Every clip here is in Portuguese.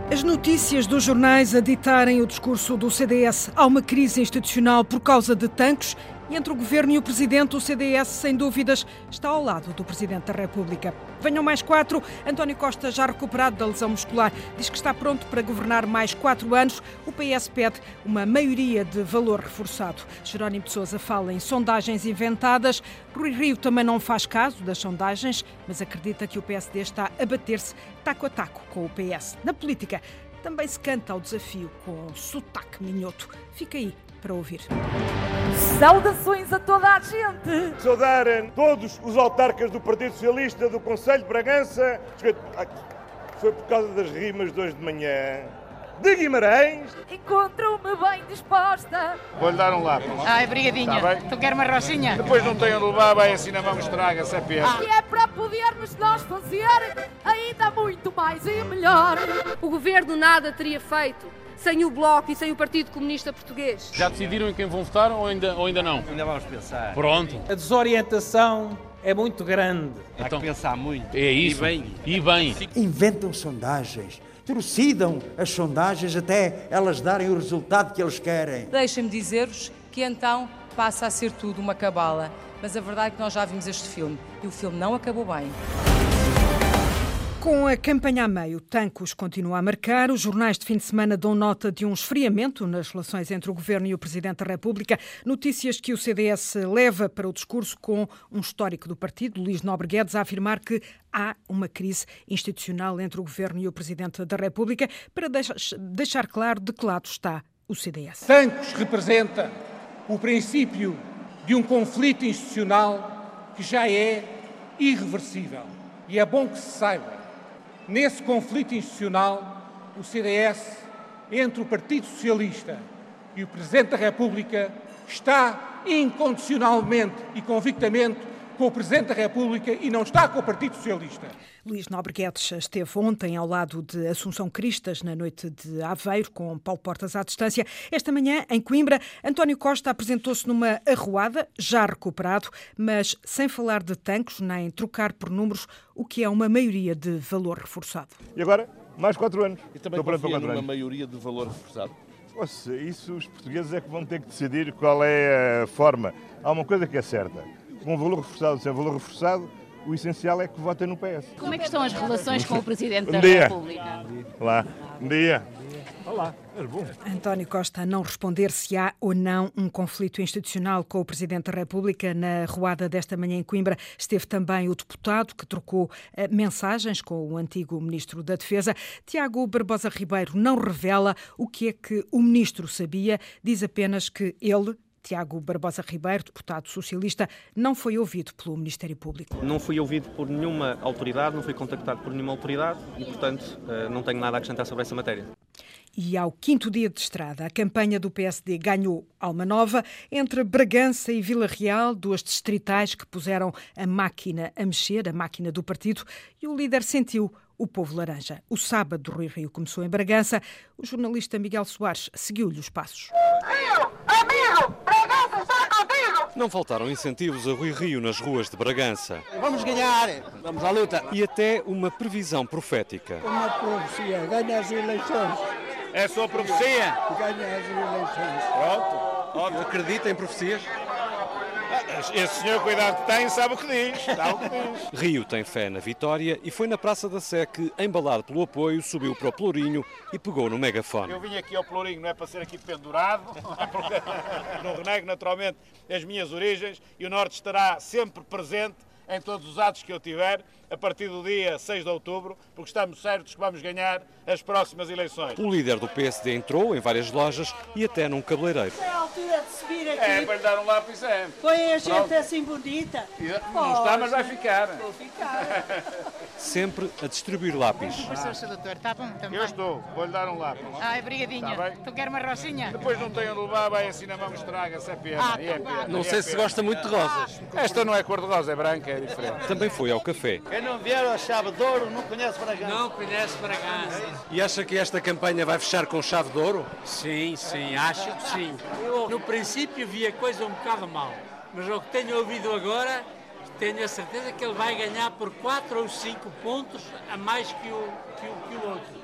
As notícias dos jornais a ditarem o discurso do CDS. Há uma crise institucional por causa de tanques e entre o Governo e o Presidente, o CDS, sem dúvidas, está ao lado do Presidente da República. Venham mais 4. António Costa, já recuperado da lesão muscular, diz que está pronto para governar mais 4 anos. O PS pede uma maioria de valor reforçado. Jerónimo de Sousa fala em sondagens inventadas. Rui Rio também não faz caso das sondagens, mas acredita que o PSD está a bater-se taco a taco com o PS. Na política, também se canta ao desafio com sotaque minhoto. Fica aí para ouvir. Saudações a toda a gente! Saudar todos os autarcas do Partido Socialista do Conselho de Bragança. Foi por causa das rimas de hoje de manhã. De Guimarães. Encontro-me bem disposta. Vou-lhe dar um lápis. Ai, brigadinho. Tu quer uma rochinha? Depois não tem onde levar, vai assim na mão, estraga-se a pena. E é para podermos nós fazer ainda muito mais e melhor. O governo nada teria feito sem o Bloco e sem o Partido Comunista Português. Já decidiram em quem vão votar ou ainda não? Ainda vamos pensar. Pronto. A desorientação é muito grande. Há que pensar muito. É isso. E bem. Inventam sondagens, trucidam as sondagens até elas darem o resultado que eles querem. Deixem-me dizer-vos que então passa a ser tudo uma cabala. Mas a verdade é que nós já vimos este filme e o filme não acabou bem. Com a campanha a meio, Tancos continua a marcar. Os jornais de fim de semana dão nota de um esfriamento nas relações entre o Governo e o Presidente da República. Notícias que o CDS leva para o discurso com um histórico do partido, Luís Nobre Guedes, a afirmar que há uma crise institucional entre o Governo e o Presidente da República, para deixar claro de que lado está o CDS. Tancos representa o princípio de um conflito institucional que já é irreversível. E é bom que se saiba. Nesse conflito institucional, o CDS, entre o Partido Socialista e o Presidente da República, está incondicionalmente e convictamente com o Presidente da República e não está com o Partido Socialista. Luís Nobre Guedes esteve ontem ao lado de Assunção Cristas, na noite de Aveiro, com Paulo Portas à distância. Esta manhã, em Coimbra, António Costa apresentou-se numa arruada, já recuperado, mas sem falar de tanques nem trocar por números, o que é uma maioria de valor reforçado. E agora, mais 4 anos. E também confia numa maioria de valor reforçado? Nossa, isso os portugueses é que vão ter que decidir qual é a forma. Há uma coisa que é certa. Com valor reforçado, sem valor reforçado, o essencial é que votem no PS. Como é que estão as relações com o Presidente da República? Olá, bom dia. Olá, és bom. António Costa a não responder se há ou não um conflito institucional com o Presidente da República. Na arruada desta manhã em Coimbra esteve também o deputado que trocou mensagens com o antigo Ministro da Defesa. Tiago Barbosa Ribeiro não revela o que é que o Ministro sabia, diz apenas que ele, Tiago Barbosa Ribeiro, deputado socialista, não foi ouvido pelo Ministério Público. Não fui ouvido por nenhuma autoridade, não fui contactado por nenhuma autoridade e, portanto, não tenho nada a acrescentar sobre essa matéria. E ao 5º dia de estrada, a campanha do PSD ganhou alma nova. Entre Bragança e Vila Real, 2 distritais que puseram a máquina a mexer, a máquina do partido, e o líder sentiu o povo laranja. O sábado do Rui Rio começou em Bragança. O jornalista Miguel Soares seguiu-lhe os passos. Amigo, Bragança está contigo! Não faltaram incentivos a Rui Rio nas ruas de Bragança. Vamos ganhar, vamos à luta. E até uma previsão profética. Uma profecia, ganha as eleições. É só profecia? Ganha as eleições. Pronto. Acredita em profecias? Esse senhor, cuidado que tem, sabe o que diz. Rio tem fé na vitória e foi na Praça da Sé que, embalado pelo apoio, subiu para o Pelourinho e pegou no megafone. Eu vim aqui ao Pelourinho, não é para ser aqui pendurado, não renego naturalmente as minhas origens e o Norte estará sempre presente em todos os atos que eu tiver, a partir do dia 6 de outubro, porque estamos certos que vamos ganhar as próximas eleições. O líder do PSD entrou em várias lojas e até num cabeleireiro. É a altura de subir aqui. É, para lhe dar um lápis, é. Põe a gente assim bonita. Não está, mas vai ficar. Vou ficar. Sempre a distribuir lápis. Professor doutor, está bom também? Eu estou, vou-lhe dar um lápis. Ai, brigadinho. Tu quer uma rochinha? Depois não tem onde levar, vai assim na mão, estraga-se a pena. Não sei se gosta muito de rosas. Esta não é cor-de-rosa, é branca, é diferente. Também foi ao café. Quem não vier ao Chave de Ouro não conhece Bragança. Não conhece Bragança. E acha que esta campanha vai fechar com chave de ouro? Sim, acho que sim. Eu, no princípio, vi a coisa um bocado mal, mas o que tenho ouvido agora, tenho a certeza que ele vai ganhar por 4 ou 5 pontos a mais que o outro.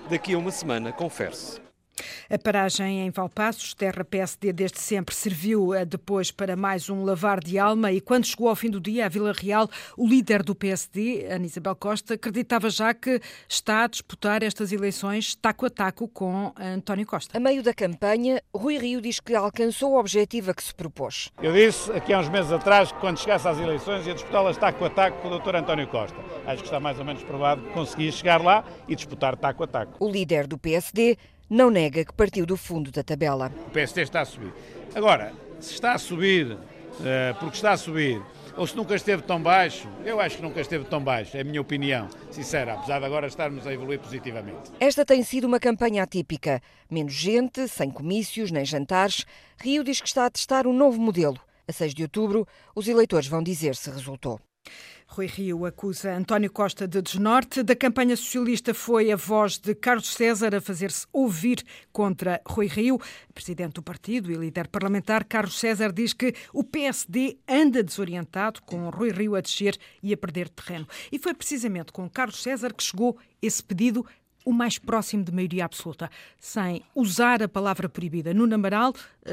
Daqui a uma semana, confere-se. A paragem em Valpaços, terra PSD desde sempre, serviu depois para mais um lavar de alma e quando chegou ao fim do dia à Vila Real, o líder do PSD, Ana Isabel Costa, acreditava já que está a disputar estas eleições taco a taco com António Costa. A meio da campanha, Rui Rio diz que alcançou o objetivo a que se propôs. Eu disse aqui há uns meses atrás que quando chegasse às eleições ia disputá-las taco a taco com o Dr. António Costa. Acho que está mais ou menos provado que consegui chegar lá e disputar taco a taco. O líder do PSD não nega que partiu do fundo da tabela. O PSD está a subir. Agora, se está a subir porque está a subir, ou se nunca esteve tão baixo, eu acho que nunca esteve tão baixo, é a minha opinião sincera, apesar de agora estarmos a evoluir positivamente. Esta tem sido uma campanha atípica. Menos gente, sem comícios nem jantares. Rio diz que está a testar um novo modelo. A 6 de outubro, os eleitores vão dizer se resultou. Rui Rio acusa António Costa de desnorte. Da campanha socialista foi a voz de Carlos César a fazer-se ouvir contra Rui Rio. Presidente do partido e líder parlamentar, Carlos César diz que o PSD anda desorientado, com Rui Rio a descer e a perder terreno. E foi precisamente com Carlos César que chegou esse pedido o mais próximo de maioria absoluta, sem usar a palavra proibida. Nuno Amaral,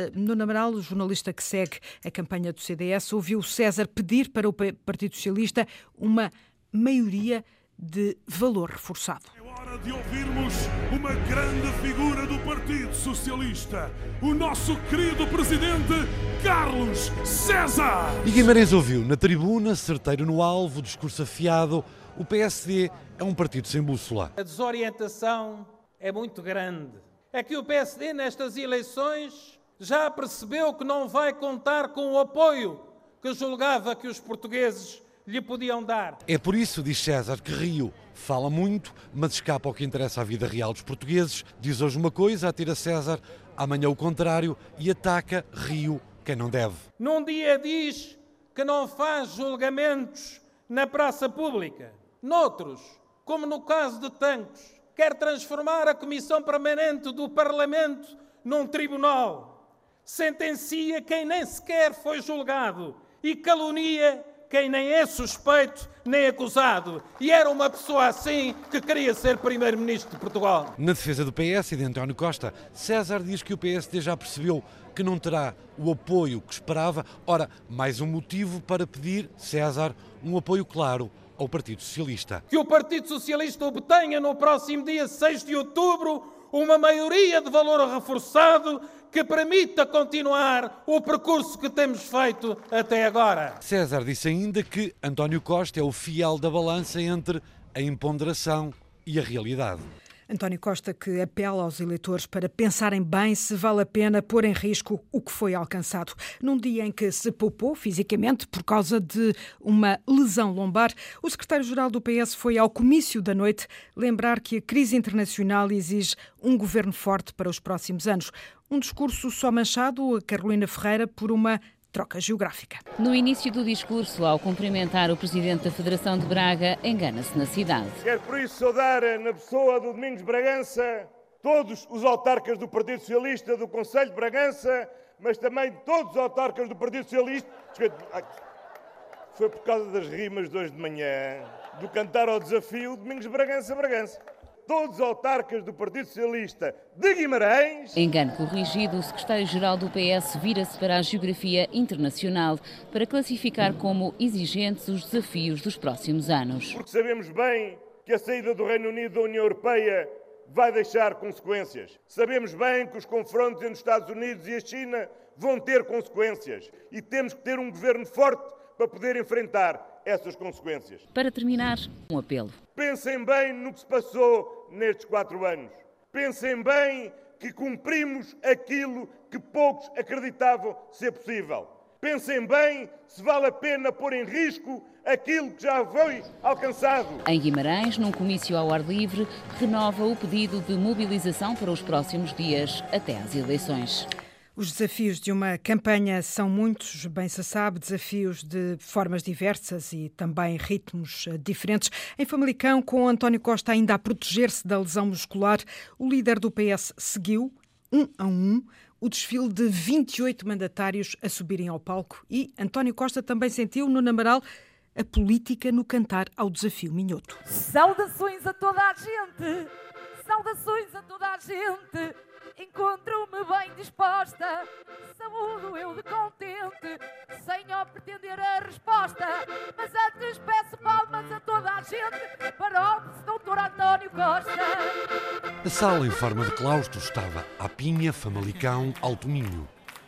o jornalista que segue a campanha do CDS, ouviu César pedir para o Partido Socialista uma maioria de valor reforçado. É hora de ouvirmos uma grande figura do Partido Socialista, o nosso querido presidente Carlos César. E Guimarães ouviu na tribuna, certeiro no alvo, discurso afiado. O PSD é um partido sem bússola. A desorientação é muito grande. É que o PSD nestas eleições já percebeu que não vai contar com o apoio que julgava que os portugueses lhe podiam dar. É por isso, diz César, que Rio fala muito, mas escapa ao que interessa à vida real dos portugueses. Diz hoje uma coisa, atira César, amanhã o contrário e ataca Rio quem não deve. Num dia diz que não faz julgamentos na praça pública. Noutros, como no caso de Tancos, quer transformar a Comissão Permanente do Parlamento num tribunal. Sentencia quem nem sequer foi julgado e calunia quem nem é suspeito nem acusado. E era uma pessoa assim que queria ser Primeiro-Ministro de Portugal. Na defesa do PS e de António Costa, César diz que o PSD já percebeu que não terá o apoio que esperava. Ora, mais um motivo para pedir, César, um apoio claro ao Partido Socialista. Que o Partido Socialista obtenha no próximo dia 6 de outubro uma maioria de valor reforçado que permita continuar o percurso que temos feito até agora. César disse ainda que António Costa é o fiel da balança entre a imponderação e a realidade. António Costa que apela aos eleitores para pensarem bem se vale a pena pôr em risco o que foi alcançado. Num dia em que se poupou fisicamente por causa de uma lesão lombar, o secretário-geral do PS foi ao comício da noite lembrar que a crise internacional exige um governo forte para os próximos anos. Um discurso só manchado, a Carolina Ferreira, por uma troca geográfica. No início do discurso, ao cumprimentar o presidente da Federação de Braga, engana-se na cidade. Quero por isso saudar na pessoa do Domingos Bragança todos os autarcas do Partido Socialista do Concelho de Bragança, mas também todos os autarcas do Partido Socialista. Foi por causa das rimas de hoje de manhã, do cantar ao desafio Domingos Bragança. Todos os autarcas do Partido Socialista de Guimarães. Engano corrigido, o secretário-geral do PS vira-se para a geografia internacional para classificar como exigentes os desafios dos próximos anos. Porque sabemos bem que a saída do Reino Unido da União Europeia vai deixar consequências. Sabemos bem que os confrontos entre os Estados Unidos e a China vão ter consequências e temos que ter um governo forte para poder enfrentar essas consequências. Para terminar, um apelo. Pensem bem no que se passou nestes 4 anos. Pensem bem que cumprimos aquilo que poucos acreditavam ser possível. Pensem bem se vale a pena pôr em risco aquilo que já foi alcançado. Em Guimarães, num comício ao ar livre, renova o pedido de mobilização para os próximos dias até às eleições. Os desafios de uma campanha são muitos, bem se sabe, desafios de formas diversas e também ritmos diferentes. Em Famalicão, com António Costa ainda a proteger-se da lesão muscular, o líder do PS seguiu, 1 a 1, o desfile de 28 mandatários a subirem ao palco e António Costa também sentiu, no Amaral, a política no cantar ao desafio minhoto. Saudações a toda a gente! Saudações a toda a gente, encontro-me bem disposta, saúdo eu de contente, sem ao pretender a resposta, mas antes peço palmas a toda a gente para o Dr. António Costa. A sala em forma de claustro estava à Pinha, Famalicão, Alto Minho.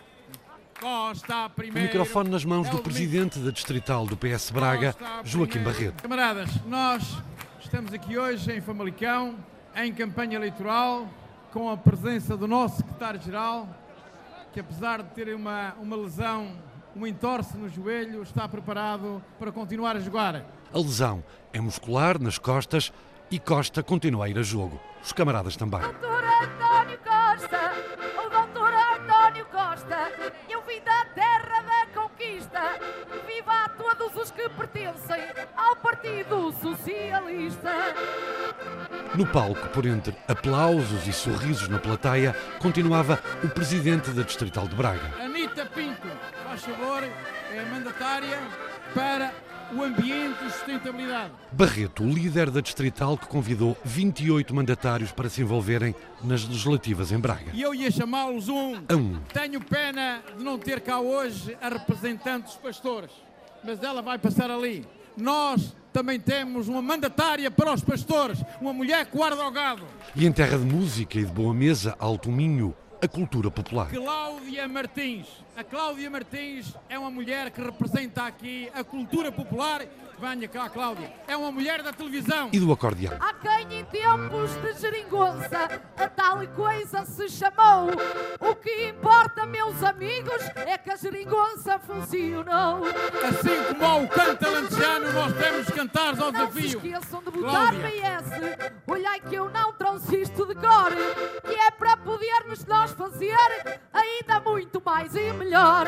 O microfone nas mãos do presidente da Distrital do PS Braga, Joaquim Barreto. Camaradas, nós estamos aqui hoje em Famalicão, em campanha eleitoral, com a presença do nosso secretário-geral, que apesar de ter uma lesão, um entorse no joelho, está preparado para continuar a jogar. A lesão é muscular nas costas e Costa continua a ir a jogo. Os camaradas também. Doutor António Costa, o doutor António Costa, eu vim da terra da conquista, viva a todos os que pertencem ao Partido Socialista. No palco, por entre aplausos e sorrisos na plateia, continuava o presidente da Distrital de Braga. Anita Pinto, faz favor, é a mandatária para o ambiente e sustentabilidade. Barreto, o líder da Distrital, que convidou 28 mandatários para se envolverem nas legislativas em Braga. E eu ia chamá-los um a um. Tenho pena de não ter cá hoje a representante dos pastores, mas ela vai passar ali. Nós também temos uma mandatária para os pastores, uma mulher que guarda o gado. E em terra de música e de boa mesa, Alto Minho, a cultura popular. Cláudia Martins. A Cláudia Martins é uma mulher que representa aqui a cultura popular. Venha cá, Cláudia. É uma mulher da televisão. E do acordeão. Há quem em tempos de geringonça a tal coisa se chamou. O que importa, meus amigos, é que a geringonça funcionou. Assim como ao canto alentejano, nós temos cantares ao desafio. Não se esqueçam de votar PS. Olhai que eu não trouxe isto de cor, que é para podermos nós fazer ainda muito mais e melhor.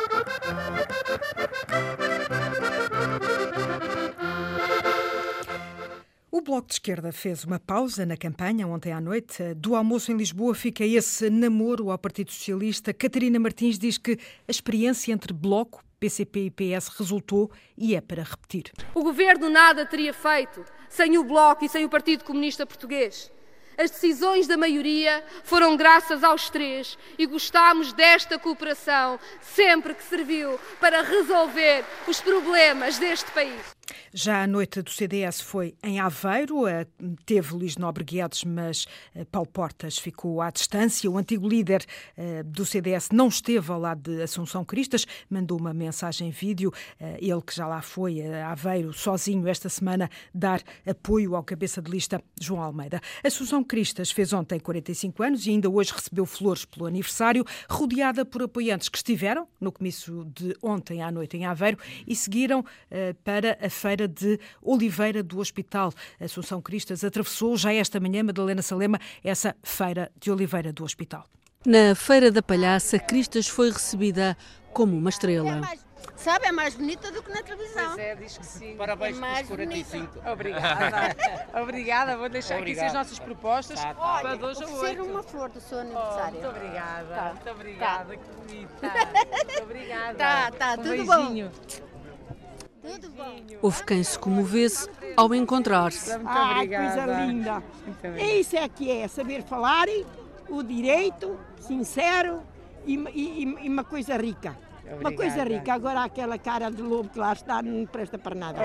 O Bloco de Esquerda fez uma pausa na campanha ontem à noite. Do almoço em Lisboa fica esse namoro ao Partido Socialista. Catarina Martins diz que a experiência entre Bloco, PCP e PS resultou e é para repetir. O governo nada teria feito sem o Bloco e sem o Partido Comunista Português. As decisões da maioria foram graças aos três e gostámos desta cooperação sempre que serviu para resolver os problemas deste país. Já a noite do CDS foi em Aveiro, teve Luís Nobre Guedes, mas Paulo Portas ficou à distância. O antigo líder do CDS não esteve ao lado de Assunção Cristas, mandou uma mensagem vídeo, ele que já lá foi a Aveiro sozinho esta semana dar apoio ao cabeça de lista João Almeida. Assunção Cristas fez ontem 45 anos e ainda hoje recebeu flores pelo aniversário, rodeada por apoiantes que estiveram no comício de ontem à noite em Aveiro e seguiram para a feira de Oliveira do Hospital. Assunção Cristas atravessou já esta manhã, Madalena Salema, essa feira de Oliveira do Hospital. Na Feira da Palhaça, Cristas foi recebida como uma estrela. Sabe, é mais bonita do que na televisão. Pois é, diz que sim. Parabéns pelos 45. Obrigada. Obrigada. Vou deixar aqui as nossas propostas. Olha, oferecer uma flor do seu aniversário. Muito obrigada. Tá. Muito obrigada, que bonita. Muito obrigada. Tá, tudo beijinho. Bom. Tudo bom. Houve quem se comovesse ao encontrar-se. Muito obrigada. Coisa linda. Isso é que é saber falar, o direito, sincero e uma coisa rica. Obrigada. Uma coisa rica. Agora aquela cara de lobo que lá está não presta para nada.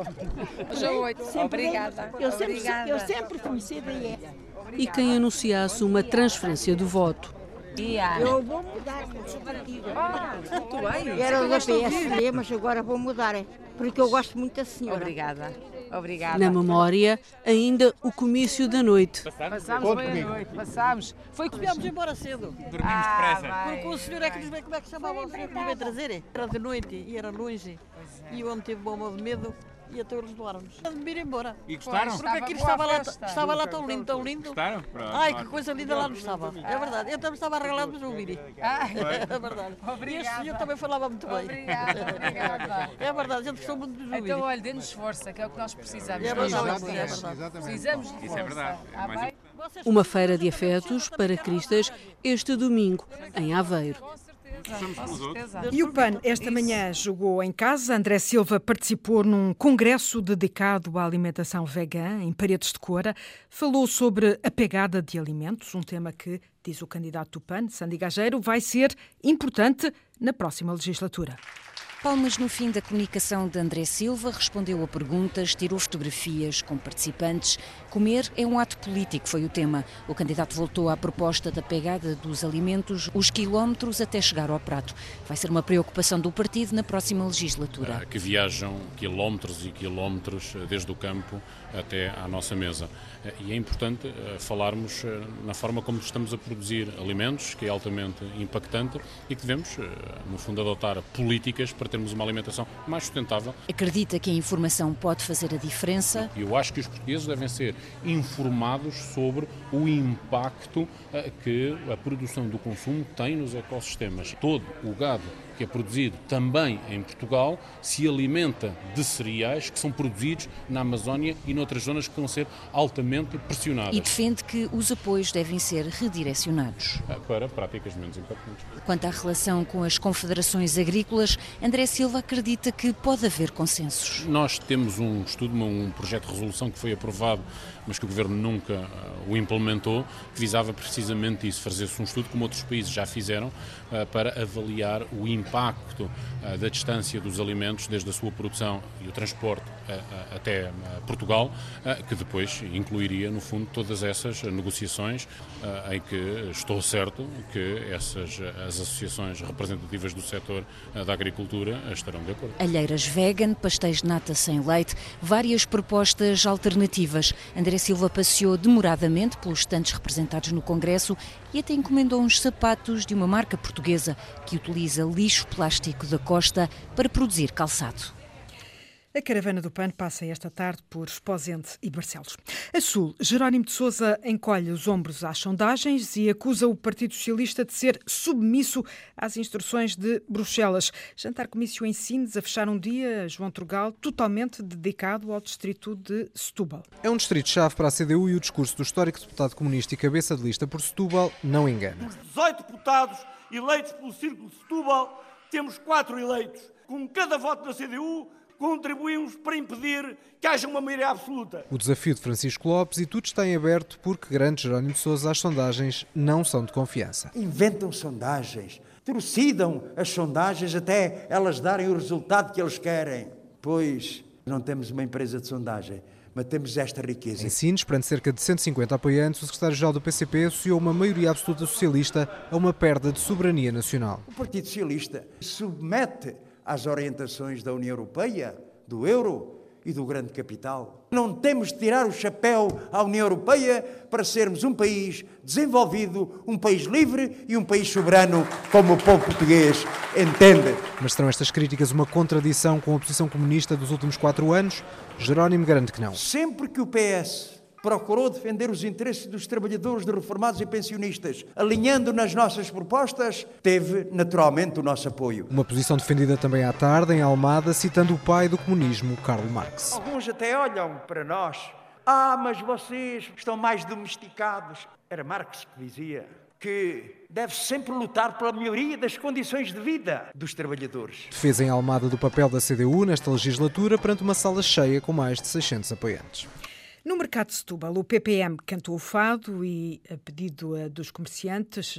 Obrigada. Eu sempre fui CDS. E quem anunciasse uma transferência do voto. Eu vou mudar de partido. Muito bem. Era o da PSD, mas agora vou mudar, porque eu gosto muito da senhora. Obrigada. Na memória, ainda o comício da noite. Passámos bem a noite. Passámos. Foi que viemos embora cedo. Dormimos depressa. Porque o senhor é que nos veio, como é que chamava o senhor que nos veio trazer? Era de noite e era longe. E o homem teve bomba de medo. E até eles doaram-nos. De me ir embora. E gostaram? Porque aquilo estava lá tão lindo, tão lindo. Gostaram? Ai, que coisa linda lá não estava. É verdade. Eu também estava arreglado, mas eu ouvi. É verdade. E esse senhor também falava muito bem. Obrigada. É verdade, a gente gostou muito de nos ouvir. Então, olha, dê-nos força, que é o que nós precisamos. É verdade. Precisamos de força. Isso é verdade. Uma feira de afetos para Cristas este domingo, em Aveiro. E o PAN esta manhã jogou em casa. André Silva participou num congresso dedicado à alimentação vegana em Paredes de Coura. Falou sobre a pegada de alimentos, um tema que, diz o candidato do PAN, Sandy Gageiro, vai ser importante na próxima legislatura. Palmas no fim da comunicação de André Silva, respondeu a perguntas, tirou fotografias com participantes. Comer é um ato político, foi o tema. O candidato voltou à proposta da pegada dos alimentos, os quilómetros até chegar ao prato. Vai ser uma preocupação do partido na próxima legislatura. Que viajam quilómetros e quilómetros desde o campo até à nossa mesa. E é importante falarmos na forma como estamos a produzir alimentos, que é altamente impactante e que devemos, no fundo, adotar políticas para termos uma alimentação mais sustentável. Acredita que a informação pode fazer a diferença? Eu acho que os portugueses devem ser informados sobre o impacto que a produção do consumo tem nos ecossistemas. Todo o gado que é produzido também em Portugal se alimenta de cereais que são produzidos na Amazónia e noutras zonas que estão a ser altamente pressionadas. E defende que os apoios devem ser redirecionados para práticas menos impactantes. Quanto à relação com as confederações agrícolas, André Silva acredita que pode haver consensos. Nós temos um estudo, um projeto de resolução que foi aprovado, mas que o Governo nunca o implementou, que visava precisamente isso, fazer-se um estudo, como outros países já fizeram, para avaliar o impacto da distância dos alimentos, desde a sua produção e o transporte até Portugal, que depois incluiria, no fundo, todas essas negociações em que estou certo que as associações representativas do setor da agricultura estarão de acordo. Alheiras vegan, pastéis de nata sem leite, várias propostas alternativas. André Silva passeou demoradamente pelos estandes representados no Congresso e até encomendou uns sapatos de uma marca portuguesa que utiliza lixo plástico da costa para produzir calçado. A caravana do PAN passa esta tarde por Esposende e Barcelos. A Sul, Jerónimo de Sousa encolhe os ombros às sondagens e acusa o Partido Socialista de ser submisso às instruções de Bruxelas. Jantar comício em Sines a fechar um dia, João Trugal, totalmente dedicado ao distrito de Setúbal. É um distrito-chave para a CDU e o discurso do histórico deputado comunista e cabeça de lista por Setúbal não engana. Dos 18 deputados eleitos pelo Círculo de Setúbal, temos 4 eleitos. Com cada voto da CDU, contribuímos para impedir que haja uma maioria absoluta. O desafio de Francisco Lopes e tudo está em aberto porque garante Jerónimo de Sousa as sondagens não são de confiança. Inventam sondagens, trucidam as sondagens até elas darem o resultado que eles querem. Pois não temos uma empresa de sondagem, mas temos esta riqueza. Em Sines, perante cerca de 150 apoiantes, o secretário-geral do PCP associou uma maioria absoluta socialista a uma perda de soberania nacional. O Partido Socialista submete às orientações da União Europeia, do euro e do grande capital. Não temos de tirar o chapéu à União Europeia para sermos um país desenvolvido, um país livre e um país soberano, como o povo português entende. Mas serão estas críticas uma contradição com a oposição comunista dos últimos 4 anos? Jerónimo garante que não. Sempre que o PS procurou defender os interesses dos trabalhadores, de reformados e pensionistas, alinhando nas nossas propostas, teve naturalmente o nosso apoio. Uma posição defendida também à tarde em Almada, citando o pai do comunismo, Karl Marx. Alguns até olham para nós. Mas vocês estão mais domesticados. Era Marx que dizia que deve-se sempre lutar pela melhoria das condições de vida dos trabalhadores. Defesa em Almada do papel da CDU nesta legislatura perante uma sala cheia com mais de 600 apoiantes. No mercado de Setúbal, o PPM cantou o fado e, a pedido dos comerciantes,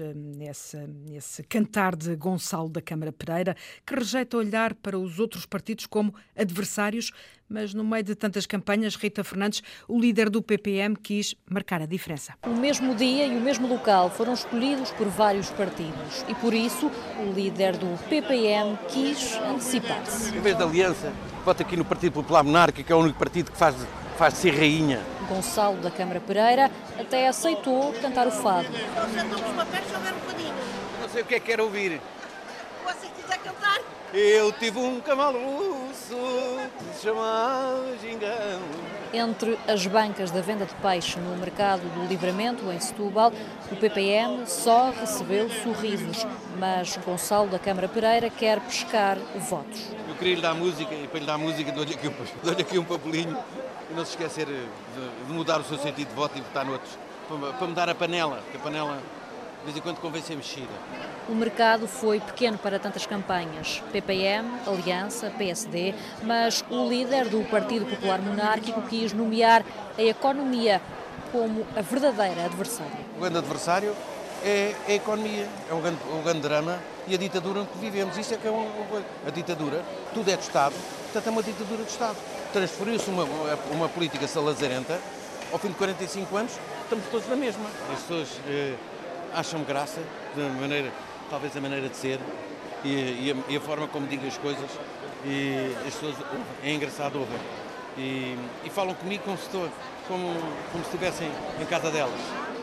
nesse cantar de Gonçalo da Câmara Pereira, que rejeita olhar para os outros partidos como adversários, mas no meio de tantas campanhas, Rita Fernandes, o líder do PPM, quis marcar a diferença. O mesmo dia e o mesmo local foram escolhidos por vários partidos e, por isso, o líder do PPM quis antecipar-se. Em vez da aliança, voto aqui no Partido Popular Monárquico, que é o único partido que faz de ser rainha. Gonçalo da Câmara Pereira até aceitou cantar o fado. Nós andamos uma peça a ver um bocadinho. Não sei o que é que quer ouvir. Você quiser cantar? Eu tive um cavalo russo que se chamava Gingão. Entre as bancas da venda de peixe no mercado do Livramento, em Setúbal, o PPM só recebeu sorrisos, mas Gonçalo da Câmara Pereira quer pescar votos. Eu queria lhe dar música e para lhe dar música dou-lhe aqui um papelinho e não se esquecer de mudar o seu sentido de voto e votar noutros, para me dar a panela, que a panela de vez em quando convém ser mexida. O mercado foi pequeno para tantas campanhas, PPM, Aliança, PSD, mas o líder do Partido Popular Monárquico quis nomear a economia como a verdadeira adversária. O grande adversário é a economia, é o grande drama e a ditadura onde vivemos. Isso é que é a ditadura. Tudo é do Estado, portanto é uma ditadura do Estado. Transferiu-se uma política salazarenta, ao fim de 45 anos estamos todos na mesma. As pessoas acham graça, talvez a maneira de ser e a forma como digo as coisas, e as pessoas é engraçado ouvir. E falam comigo como se estivessem em casa delas.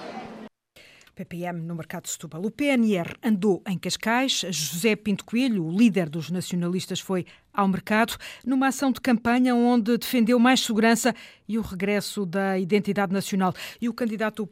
PPM no mercado de Setúbal. O PNR andou em Cascais. José Pinto Coelho, o líder dos nacionalistas, foi ao mercado numa ação de campanha onde defendeu mais segurança e o regresso da identidade nacional. E o candidato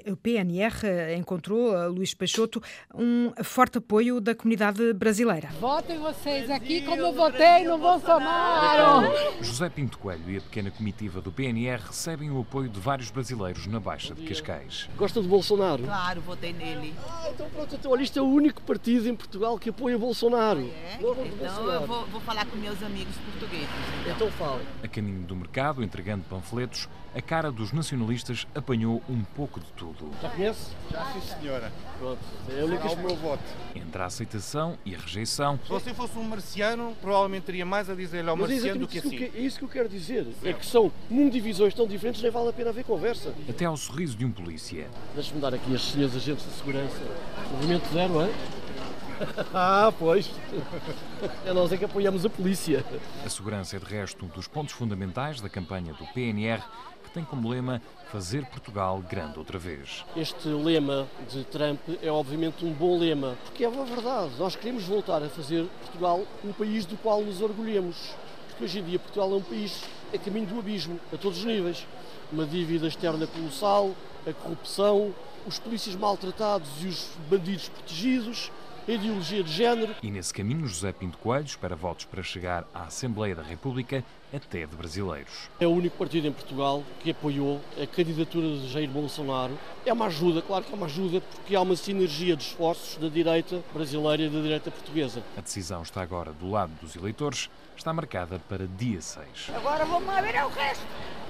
PNR encontrou, Luís Peixoto, um forte apoio da comunidade brasileira. Votem vocês aqui como eu votei no Bolsonaro! José Pinto Coelho e a pequena comitiva do PNR recebem o apoio de vários brasileiros na Baixa de Cascais. Gosta de Bolsonaro? Claro, votei nele. Então pronto, então, isto é o único partido em Portugal que apoia Bolsonaro. Então eu vou falar com meus amigos portugueses. Então fala. A caminho do mercado, entregando panfletos, a cara dos nacionalistas apanhou um pouco de tudo. Já conhece? Já, sim, senhora. Pronto, é o meu voto. Entre a aceitação e a rejeição. Se você fosse um marciano, provavelmente teria mais a dizer-lhe ao marciano do que assim. É isso que eu quero dizer. É que são divisões tão diferentes, nem vale a pena haver conversa. Até ao sorriso de um polícia. Deixa-me dar aqui as senhores agentes de segurança. Movimento zero, é? Ah, pois. É nós é que apoiamos a polícia. A segurança é, de resto, um dos pontos fundamentais da campanha do PNR, que tem como lema fazer Portugal grande outra vez. Este lema de Trump é obviamente um bom lema, porque é uma verdade. Nós queremos voltar a fazer Portugal um país do qual nos orgulhemos. Porque hoje em dia Portugal é um país a caminho do abismo, a todos os níveis. Uma dívida externa colossal, a corrupção, os polícias maltratados e os bandidos protegidos, a ideologia de género. E nesse caminho, José Pinto Coelho espera votos para chegar à Assembleia da República, até de brasileiros. É o único partido em Portugal que apoiou a candidatura de Jair Bolsonaro. É uma ajuda, claro que é uma ajuda, porque há uma sinergia de esforços da direita brasileira e da direita portuguesa. A decisão está agora do lado dos eleitores, está marcada para dia 6. Agora vamos lá ver o resto.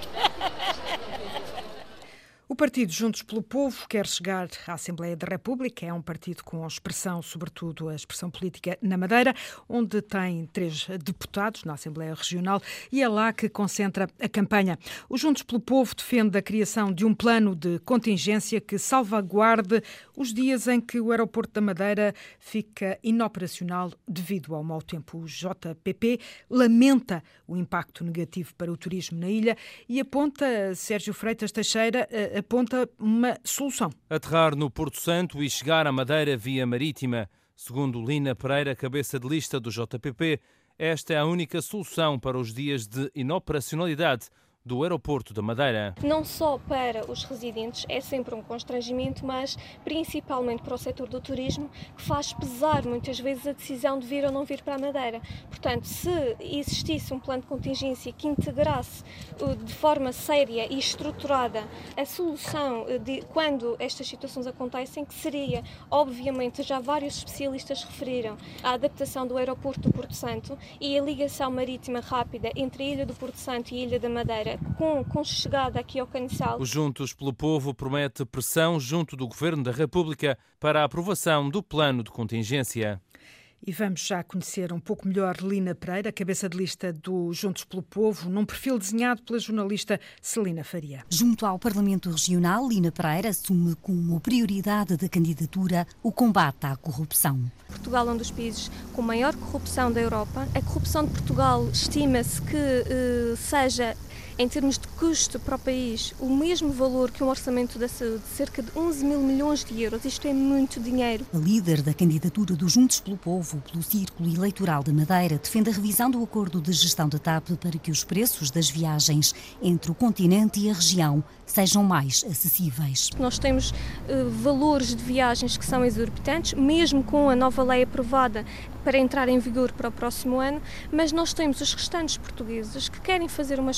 O partido Juntos pelo Povo quer chegar à Assembleia da República. É um partido com expressão, sobretudo a expressão política na Madeira, onde tem 3 deputados na Assembleia Regional e é lá que concentra a campanha. O Juntos pelo Povo defende a criação de um plano de contingência que salvaguarde os dias em que o aeroporto da Madeira fica inoperacional devido ao mau tempo. O JPP lamenta o impacto negativo para o turismo na ilha e aponta, Sérgio Freitas Teixeira, aponta uma solução. Aterrar no Porto Santo e chegar à Madeira via marítima. Segundo Lina Pereira, cabeça de lista do JPP, esta é a única solução para os dias de inoperacionalidade do aeroporto da Madeira. Não só para os residentes é sempre um constrangimento, mas principalmente para o setor do turismo, que faz pesar muitas vezes a decisão de vir ou não vir para a Madeira. Portanto, se existisse um plano de contingência que integrasse de forma séria e estruturada a solução de quando estas situações acontecem, que seria, obviamente, já vários especialistas referiram, a adaptação do aeroporto do Porto Santo e a ligação marítima rápida entre a Ilha do Porto Santo e a Ilha da Madeira, com chegada aqui ao Caniçal. O Juntos pelo Povo promete pressão junto do Governo da República para a aprovação do plano de contingência. E vamos já conhecer um pouco melhor Lina Pereira, cabeça de lista do Juntos pelo Povo, num perfil desenhado pela jornalista Celina Faria. Junto ao Parlamento Regional, Lina Pereira assume como prioridade da candidatura o combate à corrupção. Portugal é um dos países com maior corrupção da Europa. A corrupção de Portugal estima-se que seja, em termos de custo para o país, o mesmo valor que um orçamento da saúde, cerca de 11 mil milhões de euros. Isto é muito dinheiro. A líder da candidatura do Juntos pelo Povo, pelo Círculo Eleitoral da Madeira, defende a revisão do acordo de gestão da TAP para que os preços das viagens entre o continente e a região sejam mais acessíveis. Nós temos valores de viagens que são exorbitantes, mesmo com a nova lei aprovada para entrar em vigor para o próximo ano, mas nós temos os restantes portugueses que querem fazer umas férias na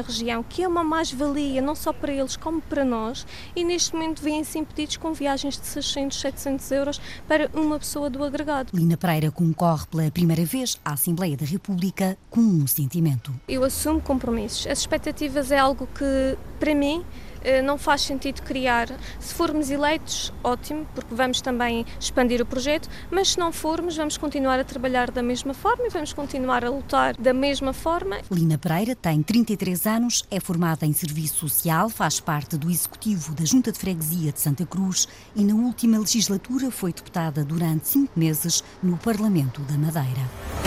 região, que é uma mais-valia não só para eles como para nós, e neste momento vêm-se impedidos com viagens de 600, 700 euros para uma pessoa do agregado. Lina Pereira concorre pela primeira vez à Assembleia da República com um sentimento. Eu assumo compromissos. As expectativas é algo que, para mim, não faz sentido criar. Se formos eleitos, ótimo, porque vamos também expandir o projeto, mas se não formos, vamos continuar a trabalhar da mesma forma e vamos continuar a lutar da mesma forma. Lina Pereira tem 33 anos, é formada em Serviço Social, faz parte do Executivo da Junta de Freguesia de Santa Cruz e na última legislatura foi deputada durante 5 meses no Parlamento da Madeira.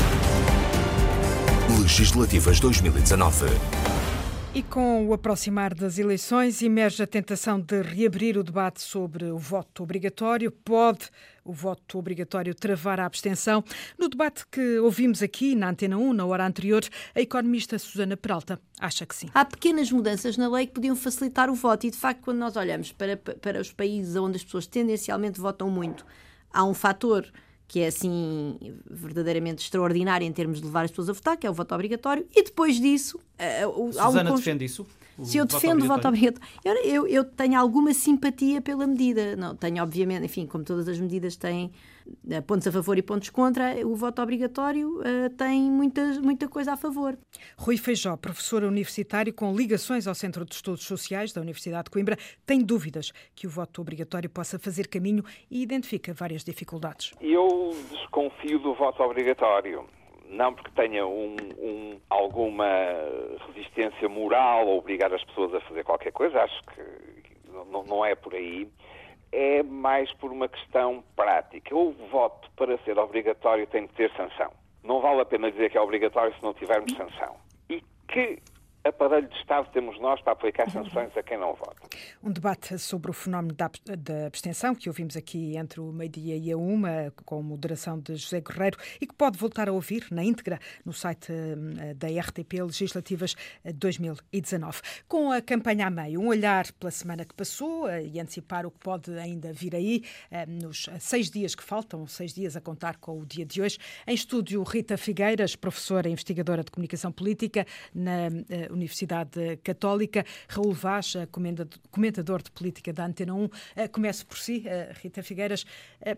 Legislativas 2019. E com o aproximar das eleições, emerge a tentação de reabrir o debate sobre o voto obrigatório. Pode o voto obrigatório travar a abstenção? No debate que ouvimos aqui na Antena 1, na hora anterior, a economista Susana Peralta acha que sim. Há pequenas mudanças na lei que podiam facilitar o voto e, de facto, quando nós olhamos para os países onde as pessoas tendencialmente votam muito, há um fator que é assim verdadeiramente extraordinário em termos de levar as pessoas a votar, que é o voto obrigatório, e depois disso... Susana defende isso? Se eu defendo o voto obrigatório, eu tenho alguma simpatia pela medida. Não tenho, obviamente, enfim, como todas as medidas têm pontos a favor e pontos contra, o voto obrigatório tem muita coisa a favor. Rui Feijó, professor universitário com ligações ao Centro de Estudos Sociais da Universidade de Coimbra, tem dúvidas que o voto obrigatório possa fazer caminho e identifica várias dificuldades. Eu desconfio do voto obrigatório. Não porque tenha alguma resistência moral a obrigar as pessoas a fazer qualquer coisa, acho que não é por aí. É mais por uma questão prática. O voto, para ser obrigatório, tem que ter sanção. Não vale a pena dizer que é obrigatório se não tivermos sanção. E que aparelho de Estado temos nós para aplicar sanções a quem não vota? Um debate sobre o fenómeno da abstenção, que ouvimos aqui entre o meio-dia e a 1, com moderação de José Guerreiro, e que pode voltar a ouvir na íntegra no site da RTP Legislativas 2019. Com a campanha a meio, um olhar pela semana que passou e antecipar o que pode ainda vir aí nos 6 dias que faltam, 6 dias a contar com o dia de hoje. Em estúdio, Rita Figueiras, professora e investigadora de comunicação política na Universidade Católica, Raul Vaz, comentador de política da Antena 1. Começo por si, Rita Figueiras.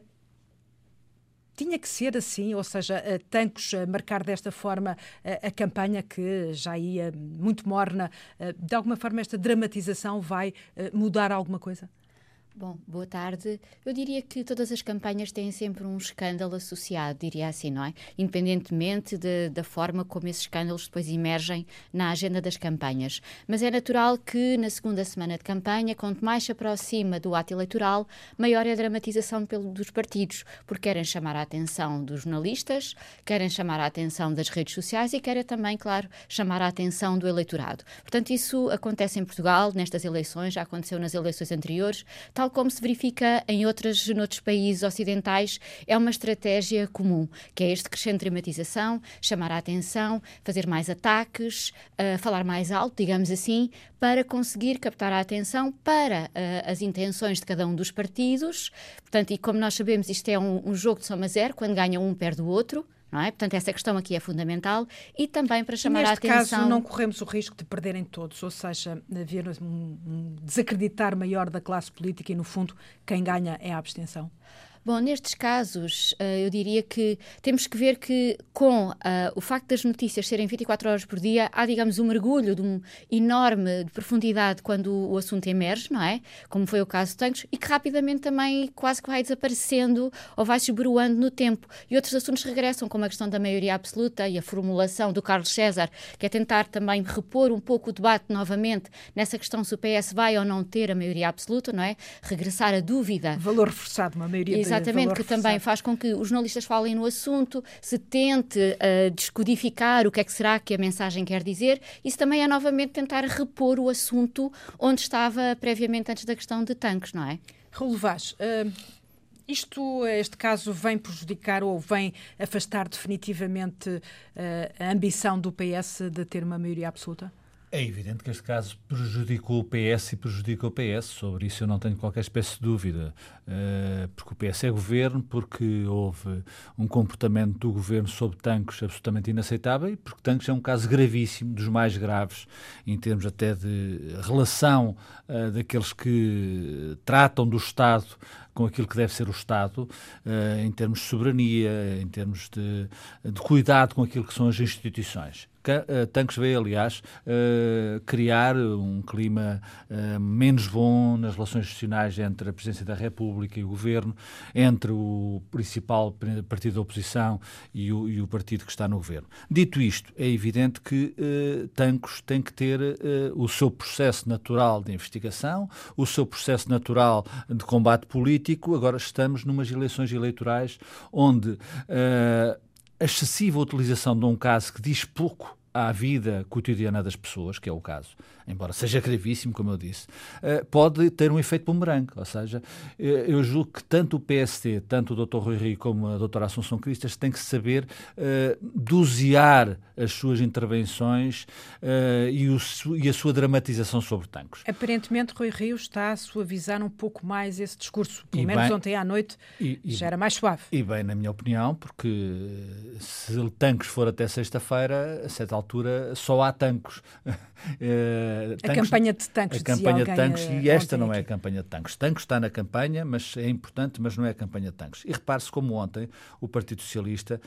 Tinha que ser assim, ou seja, Tancos marcar desta forma a campanha que já ia muito morna. De alguma forma esta dramatização vai mudar alguma coisa? Bom, boa tarde. Eu diria que todas as campanhas têm sempre um escândalo associado, diria assim, não é? Independentemente da forma como esses escândalos depois emergem na agenda das campanhas. Mas é natural que na segunda semana de campanha, quanto mais se aproxima do ato eleitoral, maior é a dramatização dos partidos, porque querem chamar a atenção dos jornalistas, querem chamar a atenção das redes sociais e querem também, claro, chamar a atenção do eleitorado. Portanto, isso acontece em Portugal, nestas eleições, já aconteceu nas eleições anteriores, tal como se verifica noutros países ocidentais, é uma estratégia comum, que é este crescente de dramatização, chamar a atenção, fazer mais ataques, falar mais alto, digamos assim, para conseguir captar a atenção para as intenções de cada um dos partidos. Portanto, e como nós sabemos, isto é um jogo de soma zero, quando ganha um perde o outro. Não é? Portanto, essa questão aqui é fundamental e também para chamar a atenção... Neste caso, não corremos o risco de perderem todos, ou seja, haver um desacreditar maior da classe política e, no fundo, quem ganha é a abstenção? Bom, nestes casos, eu diria que temos que ver que com o facto das notícias serem 24 horas por dia, há, digamos, um mergulho de um enorme de profundidade quando o assunto emerge, não é? Como foi o caso de Tancos, e que rapidamente também quase que vai desaparecendo ou vai se esboroando no tempo. E outros assuntos regressam, como a questão da maioria absoluta e a formulação do Carlos César, que é tentar também repor um pouco o debate novamente nessa questão se o PS vai ou não ter a maioria absoluta, não é? Regressar a dúvida. Valor reforçado, uma maioria Exatamente, que também faz com que os jornalistas falem no assunto, se tente descodificar o que é que será que a mensagem quer dizer. Isso também é novamente tentar repor o assunto onde estava previamente antes da questão de Tancos, não é? Raul Vaz, este caso vem prejudicar ou vem afastar definitivamente a ambição do PS de ter uma maioria absoluta? É evidente que este caso prejudicou o PS e prejudica o PS. Sobre isso eu não tenho qualquer espécie de dúvida. Porque o PS é governo, porque houve um comportamento do governo sobre Tancos absolutamente inaceitável e porque Tancos é um caso gravíssimo, dos mais graves, em termos até de relação daqueles que tratam do Estado com aquilo que deve ser o Estado, em termos de soberania, em termos de cuidado com aquilo que são as instituições. Tancos veio, aliás, criar um clima menos bom nas relações institucionais entre a Presidência da República e o Governo, entre o principal partido da oposição e o partido que está no Governo. Dito isto, é evidente que Tancos tem que ter o seu processo natural de investigação, o seu processo natural de combate político. Agora estamos numas eleições eleitorais onde a excessiva utilização de um caso que diz pouco à vida cotidiana das pessoas, que é o caso, embora seja gravíssimo, como eu disse, pode ter um efeito bumerangue. Ou seja, eu julgo que tanto o PSD, tanto o Dr. Rui Rio como a Dra. Assunção Cristas têm que saber dosear as suas intervenções e a sua dramatização sobre Tancos. Aparentemente, Rui Rio está a suavizar um pouco mais esse discurso. Pelo menos ontem à noite já era mais suave. E bem, na minha opinião, porque se Tancos for até sexta-feira, a certa altura só há Tancos. A campanha de Tancos, a campanha de Tancos, e esta não é a campanha de Tancos. Tancos está na campanha, mas é importante, mas não é a campanha de Tancos. E repare-se como ontem o Partido Socialista,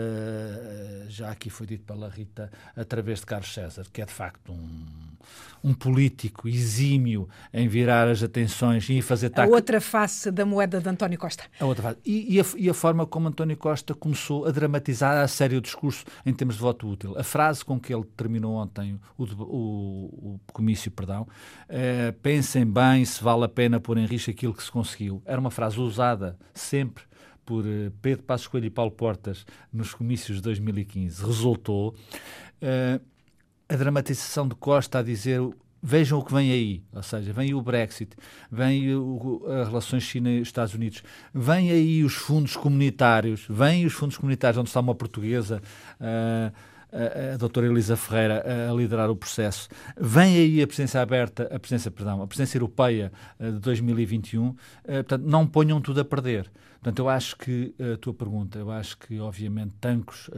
já aqui foi dito pela Rita, através de Carlos César, que é de facto um político exímio em virar as atenções e fazer a outra face da moeda de António Costa. A outra face. E a forma como António Costa começou a dramatizar a sério o discurso em termos de voto útil. A frase com que ele terminou ontem o comício, pensem bem se vale a pena pôr em risco aquilo que se conseguiu. Era uma frase usada sempre por Pedro Passos Coelho e Paulo Portas nos comícios de 2015. Resultou a dramatização de Costa a dizer: vejam o que vem aí, ou seja, vem o Brexit, vem as relações China e Estados Unidos, vem aí os fundos comunitários, onde está uma portuguesa, a doutora Elisa Ferreira, a liderar o processo. Vem aí a presidência europeia de 2021. Portanto, não ponham tudo a perder. Portanto, eu acho que a tua pergunta, obviamente Tancos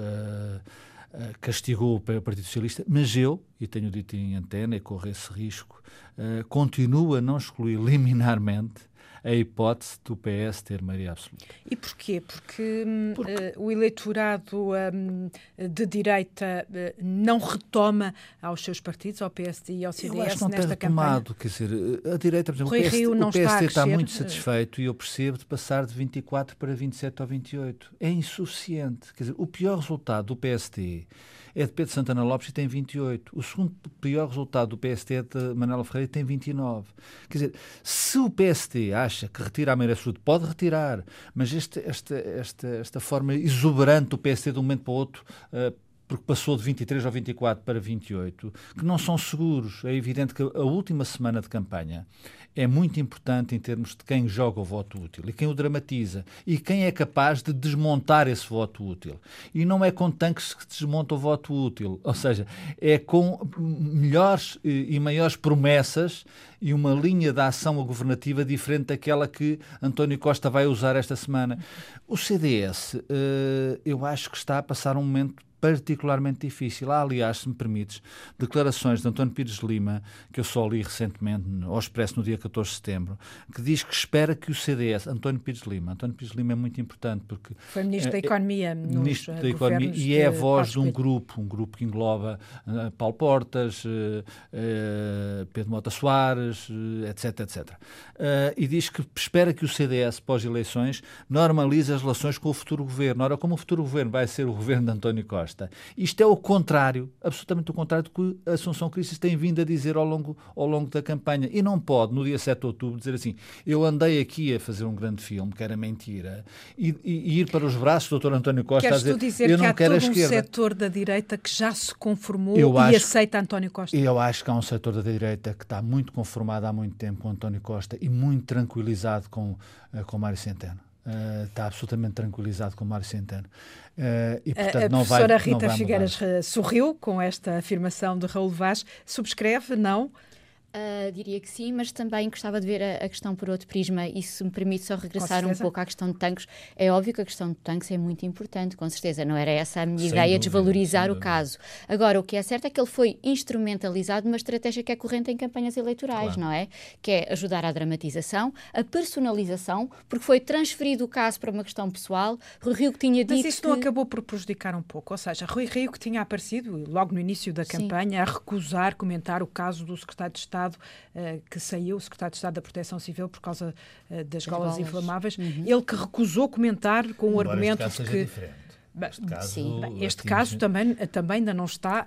castigou o Partido Socialista, mas eu, e tenho dito em antena e corro esse risco, continuo a não excluir liminarmente a hipótese do PS ter maioria absoluta. E porquê? Porque o eleitorado de direita não retoma aos seus partidos, ao PSD e ao CDS, eu acho que não nesta campanha? Quer dizer, a direita, por exemplo, o PSD está muito satisfeito, e eu percebo, de passar de 24 para 27 ou 28. É insuficiente. Quer dizer, o pior resultado do PSD é de Pedro Santana Lopes e tem 28. O segundo pior resultado do PSD é de Manuela Ferreira e tem 29. Quer dizer, se o PSD acha que retira a maioria absoluta, pode retirar, mas esta forma exuberante do PSD de um momento para o outro, porque passou de 23 ou 24 para 28, que não são seguros. É evidente que a última semana de campanha é muito importante em termos de quem joga o voto útil e quem o dramatiza e quem é capaz de desmontar esse voto útil. E não é com Tancos que desmonta o voto útil, ou seja, é com melhores e maiores promessas e uma linha de ação governativa diferente daquela que António Costa vai usar esta semana. O CDS, eu acho que está a passar um momento particularmente difícil. Há, aliás, se me permites, declarações de António Pires de Lima, que eu só li recentemente ao Expresso no dia 14 de setembro, que diz que espera que o CDS, António Pires de Lima é muito importante porque foi Ministro da Economia, Ministro da Economia, e é a voz de um grupo que engloba Paulo Portas, Pedro Mota Soares, etc. E diz que espera que o CDS, pós-eleições, normalize as relações com o futuro governo. Ora, como o futuro governo vai ser o governo de António Costa, isto é o contrário, absolutamente o contrário do que a Assunção Cristas tem vindo a dizer ao longo da campanha. E não pode, no dia 7 de outubro, dizer assim: eu andei aqui a fazer um grande filme, que era mentira, e ir para os braços do Dr. António Costa a dizer eu que não há quero todo a esquerda. Um setor da direita que já se conformou e aceita António Costa. Eu acho que há um setor da direita que está muito conformado há muito tempo com António Costa e muito tranquilizado com Mário Centeno. está absolutamente tranquilizado com o Mário Centeno. E, portanto, a professora Rita Figueiras sorriu com esta afirmação de Raul Vaz. Subscreve, não? Diria que sim, mas também gostava de ver a questão por outro prisma, e se me permite só regressar um pouco à questão de tanques. É óbvio que a questão de tanques é muito importante, com certeza, não era essa a minha ideia, desvalorizar o caso. Agora, o que é certo é que ele foi instrumentalizado numa estratégia que é corrente em campanhas eleitorais, não é? Que é ajudar à dramatização, a personalização, porque foi transferido o caso para uma questão pessoal. Rui Rio que tinha dito. Mas isso não acabou por prejudicar um pouco? Ou seja, Rui Rio que tinha aparecido logo no início da campanha a recusar comentar o caso do secretário de Estado que saiu, o secretário de Estado da Proteção Civil, por causa das golas inflamáveis, ele que recusou comentar com o argumento de que... Este caso também ainda não está,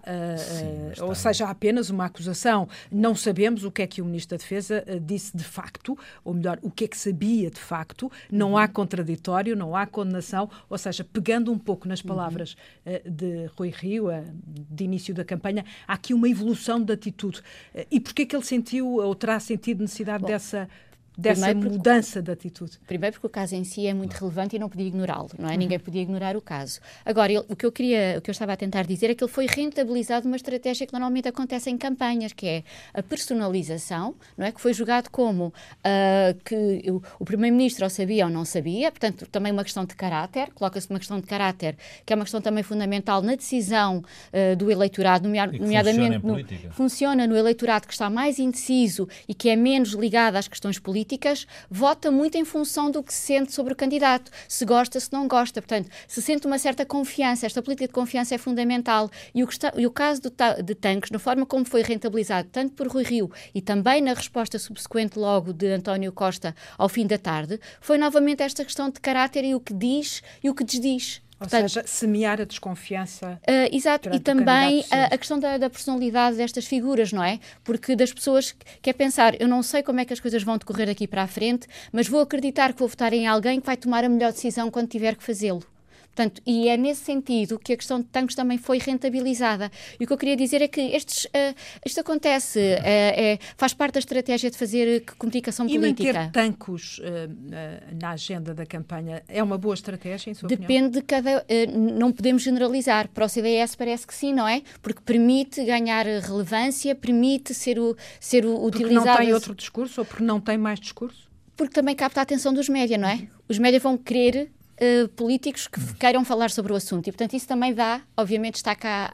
ou seja, há apenas uma acusação. Não sabemos o que é que o Ministro da Defesa disse de facto, ou melhor, o que é que sabia de facto. Não há contraditório, não há condenação, ou seja, pegando um pouco nas palavras de Rui Rio, de início da campanha, há aqui uma evolução de atitude. E porquê é que ele sentiu, ou terá sentido necessidade dessa mudança de atitude? Primeiro porque o caso em si é muito relevante e não podia ignorá-lo, não é? Ninguém podia ignorar o caso. Agora, o que eu estava a tentar dizer é que ele foi rentabilizado numa estratégia que normalmente acontece em campanhas, que é a personalização, não é? Que foi julgado como que o Primeiro-Ministro ou sabia ou não sabia, portanto, também uma questão de caráter, coloca-se uma questão de caráter, que é uma questão também fundamental na decisão do eleitorado, nomeadamente funciona no eleitorado que está mais indeciso e que é menos ligado às questões políticas, vota muito em função do que se sente sobre o candidato, se gosta, se não gosta. Portanto, se sente uma certa confiança, esta política de confiança é fundamental. E o caso de tanques, na forma como foi rentabilizado, tanto por Rui Rio e também na resposta subsequente logo de António Costa ao fim da tarde, foi novamente esta questão de caráter e o que diz e o que desdiz. Ou seja, semear a desconfiança. Exato, e também a questão da personalidade destas figuras, não é? Porque das pessoas que é pensar, eu não sei como é que as coisas vão decorrer daqui para a frente, mas vou acreditar que vou votar em alguém que vai tomar a melhor decisão quando tiver que fazê-lo. Portanto, e é nesse sentido que a questão de tanques também foi rentabilizada. E o que eu queria dizer é que isto acontece, faz parte da estratégia de fazer comunicação política. E manter tanques na agenda da campanha é uma boa estratégia, em sua opinião? Depende de cada... não podemos generalizar. Para o CDS parece que sim, não é? Porque permite ganhar relevância, permite ser utilizado... Porque não tem outro discurso ou porque não tem mais discurso? Porque também capta a atenção dos média, não é? Os média vão querer... políticos que queiram falar sobre o assunto e, portanto, isso também dá, obviamente, destaca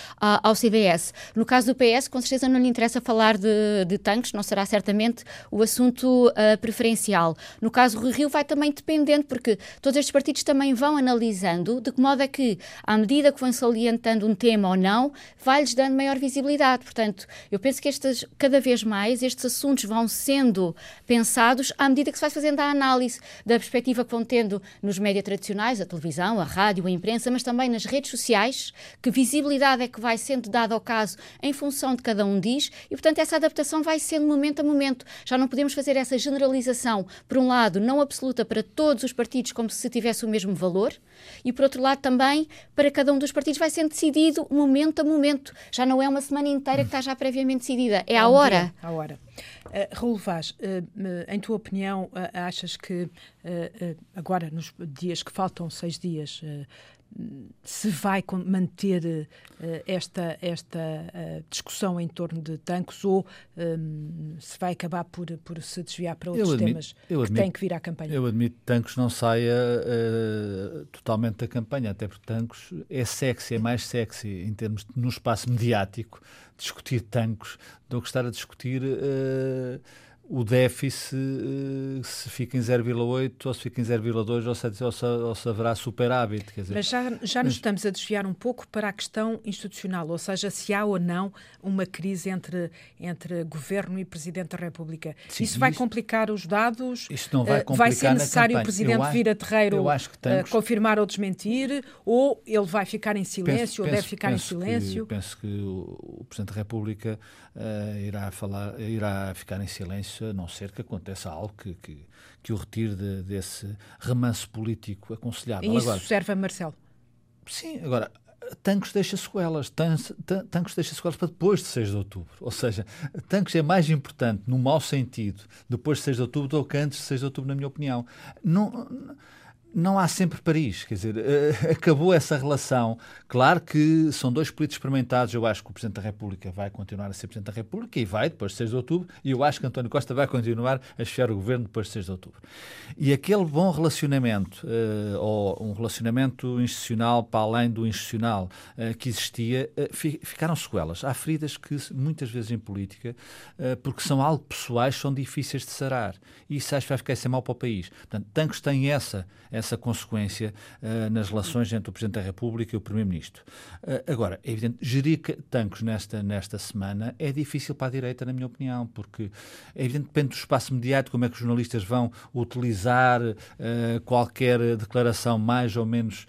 ao CDS. No caso do PS, com certeza não lhe interessa falar de tanques, não será certamente o assunto preferencial. No caso do Rui Rio vai também dependendo, porque todos estes partidos também vão analisando de que modo é que, à medida que vão salientando um tema ou não, vai-lhes dando maior visibilidade. Portanto, eu penso que cada vez mais estes assuntos vão sendo pensados à medida que se vai fazendo a análise da perspectiva que vão tendo nos média tradicionais, a televisão, a rádio, a imprensa, mas também nas redes sociais, que visibilidade é que vai sendo dada ao caso em função de cada um diz, e portanto essa adaptação vai sendo momento a momento. Já não podemos fazer essa generalização, por um lado, não absoluta para todos os partidos como se tivesse o mesmo valor, e por outro lado também, para cada um dos partidos vai sendo decidido momento a momento. Já não é uma semana inteira que está já previamente decidida, é à hora. À hora. Raul Vaz, em tua opinião, achas que agora, nos dias que faltam, 6 dias, se vai manter esta discussão em torno de tanques ou se vai acabar por se desviar para outros temas que têm que vir à campanha? Eu admito que tanques não saia totalmente da campanha, até porque tanques é sexy, é mais sexy em termos no espaço mediático discutir tanques do que estar a discutir o déficit, se fica em 0,8 ou se fica em 0,2 ou se haverá superávit. Quer dizer, mas já nos estamos a desviar um pouco para a questão institucional, ou seja, se há ou não uma crise entre Governo e Presidente da República. Sim, isso vai complicar os dados? Isto não vai complicar. Vai ser necessário o Presidente vir a terreiro confirmar ou desmentir? Ou ele vai ficar em silêncio ou deve ficar em silêncio? Penso que o Presidente da República irá ficar em silêncio, a não ser que aconteça algo que o retire desse remanso político aconselhável. E isso serve a Marcelo? Sim, agora, Tancos deixa sequelas. Tancos deixa sequelas para depois de 6 de outubro. Ou seja, Tancos é mais importante, no mau sentido, depois de 6 de outubro do que antes de 6 de outubro, na minha opinião. Não há sempre Paris, quer dizer, acabou essa relação. Claro que são dois políticos experimentados. Eu acho que o Presidente da República vai continuar a ser Presidente da República e vai depois de 6 de outubro, e eu acho que António Costa vai continuar a chefiar o governo depois de 6 de outubro. E aquele bom relacionamento, ou um relacionamento institucional para além do institucional que existia, ficaram sequelas. Há feridas que muitas vezes em política, porque são algo pessoais, são difíceis de sarar. E isso acho que vai ficar sem mal para o país. Portanto, Tancos tem essa consequência nas relações entre o Presidente da República e o Primeiro-Ministro. Agora, é evidente, gerir Tancos nesta semana é difícil para a direita, na minha opinião, porque é evidente, depende do espaço mediático, como é que os jornalistas vão utilizar qualquer declaração mais ou menos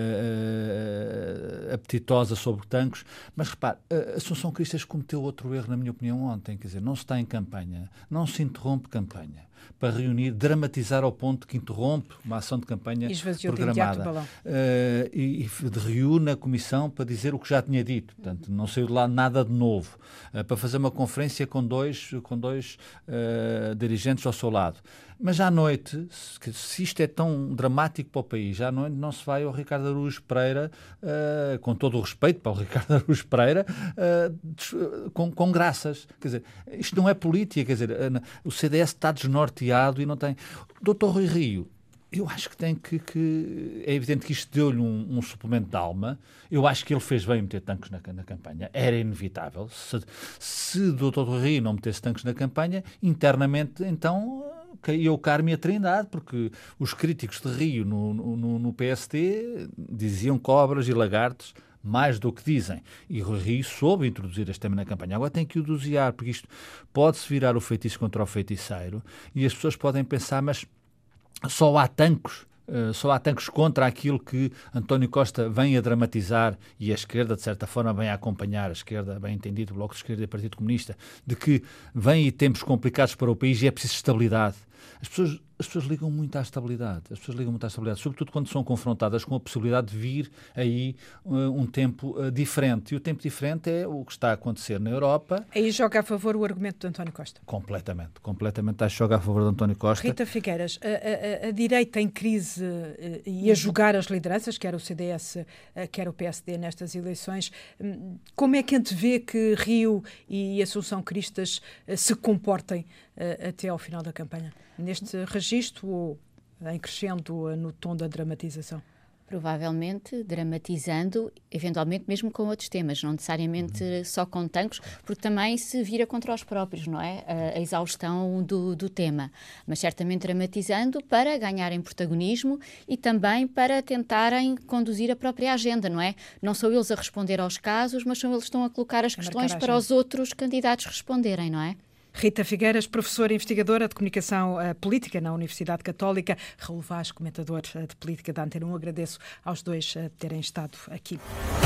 apetitosa sobre Tancos, mas repare, a Assunção Cristas cometeu outro erro, na minha opinião, ontem, quer dizer, não se está em campanha, não se interrompe campanha para reunir, dramatizar ao ponto que interrompe uma ação de campanha programada e reúne a Comissão para dizer o que já tinha dito. Portanto, não saiu de lá nada de novo. Para fazer uma conferência com dois dirigentes ao seu lado. Mas à noite, se isto é tão dramático para o país, à noite não se vai ao Ricardo Araújo Pereira, com todo o respeito para o Ricardo Araújo Pereira, com graças. Quer dizer, isto não é política, quer dizer, o CDS está desnorteado e não tem... Dr. Rui Rio, eu acho que tem que... É evidente que isto deu-lhe um suplemento de alma. Eu acho que ele fez bem meter Tancos na campanha. Era inevitável. Se o Dr. Rui Rio não metesse Tancos na campanha, internamente, então... caía o Carme e a Trindade, porque os críticos de Rio no PSD diziam cobras e lagartos mais do que dizem. E o Rio soube introduzir este tema na campanha. Agora tem que o dosear, porque isto pode-se virar o feitiço contra o feiticeiro e as pessoas podem pensar, mas só há Tancos contra aquilo que António Costa vem a dramatizar e a esquerda, de certa forma, vem a acompanhar, a esquerda, bem entendido, o Bloco de Esquerda e o Partido Comunista, de que vem aí tempos complicados para o país e é preciso estabilidade. As pessoas ligam muito à estabilidade, sobretudo quando são confrontadas com a possibilidade de vir aí um tempo diferente. E o tempo diferente é o que está a acontecer na Europa. Aí joga a favor o argumento de António Costa? Completamente acho que joga a favor de António Costa. Rita Figueiras, a direita em crise e a jogar as lideranças, quer o CDS, quer o PSD nestas eleições, como é que antevê que Rio e Assunção Cristas se comportem até ao final da campanha? Neste registro ou em crescendo no tom da dramatização? Provavelmente dramatizando, eventualmente mesmo com outros temas, não necessariamente só com Tancos, porque também se vira contra os próprios, não é? A exaustão do tema. Mas certamente dramatizando para ganharem protagonismo e também para tentarem conduzir a própria agenda, não é? Não são eles a responder aos casos, mas são eles que estão a colocar as questões para os outros candidatos responderem, não é? Rita Figueiras, professora e investigadora de Comunicação Política na Universidade Católica. Raul Vaz, comentador de Política da Antena 1. Agradeço aos dois terem estado aqui.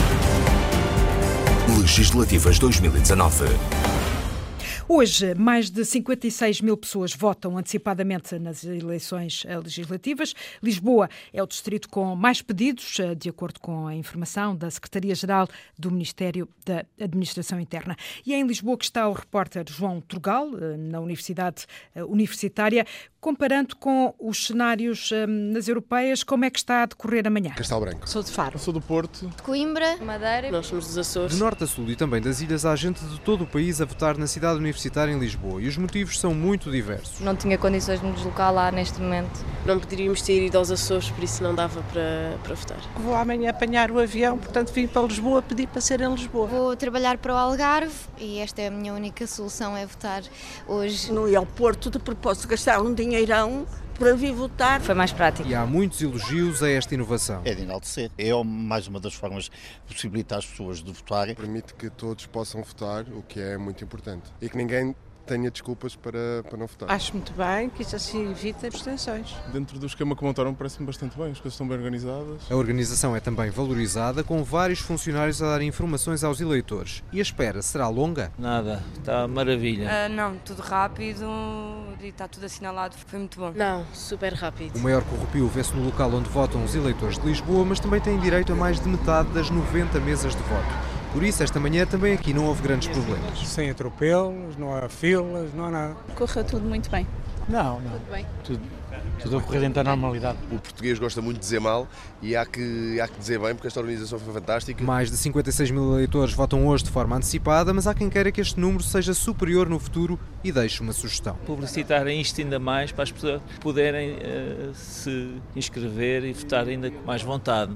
Legislativas 2019. Hoje, mais de 56 mil pessoas votam antecipadamente nas eleições legislativas. Lisboa é o distrito com mais pedidos, de acordo com a informação da Secretaria-Geral do Ministério da Administração Interna. E é em Lisboa que está o repórter João Turgal, na Universidade Universitária. Comparando com os cenários nas europeias, como é que está a decorrer amanhã? Castelo Branco. Sou de Faro. Sou do Porto. De Coimbra. Madeira. Nós somos dos Açores. De norte a sul e também das ilhas, há gente de todo o país a votar na cidade universitária em Lisboa e os motivos são muito diversos. Não tinha condições de me deslocar lá neste momento. Não poderíamos ter ido aos Açores, por isso não dava para votar. Vou amanhã apanhar o avião, portanto vim para Lisboa pedir para ser em Lisboa. Vou trabalhar para o Algarve e esta é a minha única solução, é votar hoje. Não ia ao Porto de propósito gastar um dinheirão para vir votar. Foi mais prático. E há muitos elogios a esta inovação. É de enaltecer. É mais uma das formas de possibilitar às pessoas de votar. Permite que todos possam votar, o que é muito importante. E que ninguém tenha desculpas para não votar. Acho muito bem que isso assim evita abstenções. Dentro do esquema que montaram parece-me bastante bem, as coisas estão bem organizadas. A organização é também valorizada, com vários funcionários a darem informações aos eleitores. E a espera será longa? Nada, está maravilha. Não, tudo rápido e está tudo assinalado, foi muito bom. Não, super rápido. O maior corrupio vê-se no local onde votam os eleitores de Lisboa, mas também têm direito a mais de metade das 90 mesas de voto. Por isso, esta manhã também aqui não houve grandes problemas. Sem atropelos, não há filas, não há nada. Correu tudo muito bem. Não. Tudo bem. Tudo a correr dentro da normalidade. O português gosta muito de dizer mal e há que dizer bem, porque esta organização foi fantástica. Mais de 56 mil eleitores votam hoje de forma antecipada, mas há quem queira que este número seja superior no futuro e deixe uma sugestão. Publicitarem isto ainda mais para as pessoas poderem se inscrever e votar ainda com mais vontade.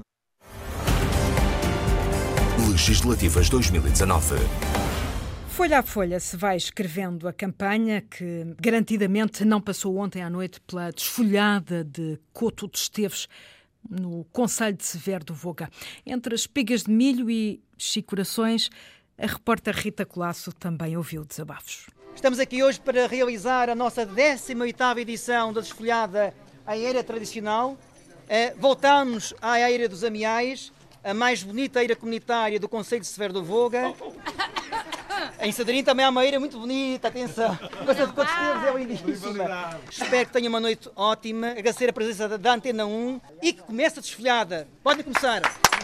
Legislativas 2019. Folha a folha se vai escrevendo a campanha que garantidamente não passou ontem à noite pela desfolhada de Coto de Esteves, no concelho de Severo do Voga. Entre espigas de milho e chicorações, a repórter Rita Colasso também ouviu desabafos. Estamos aqui hoje para realizar a nossa 18ª edição da desfolhada Eira tradicional. Voltamos à Eira dos Amiais, a mais bonita eira comunitária do concelho de Severo do Voga. Em Sadarim também há uma eira muito bonita, atenção. Mas a de Coto de Esteves é lindíssima. Espero que tenham uma noite ótima, agradecer a presença da Antena 1 e que comece a desfolhada. Podem começar.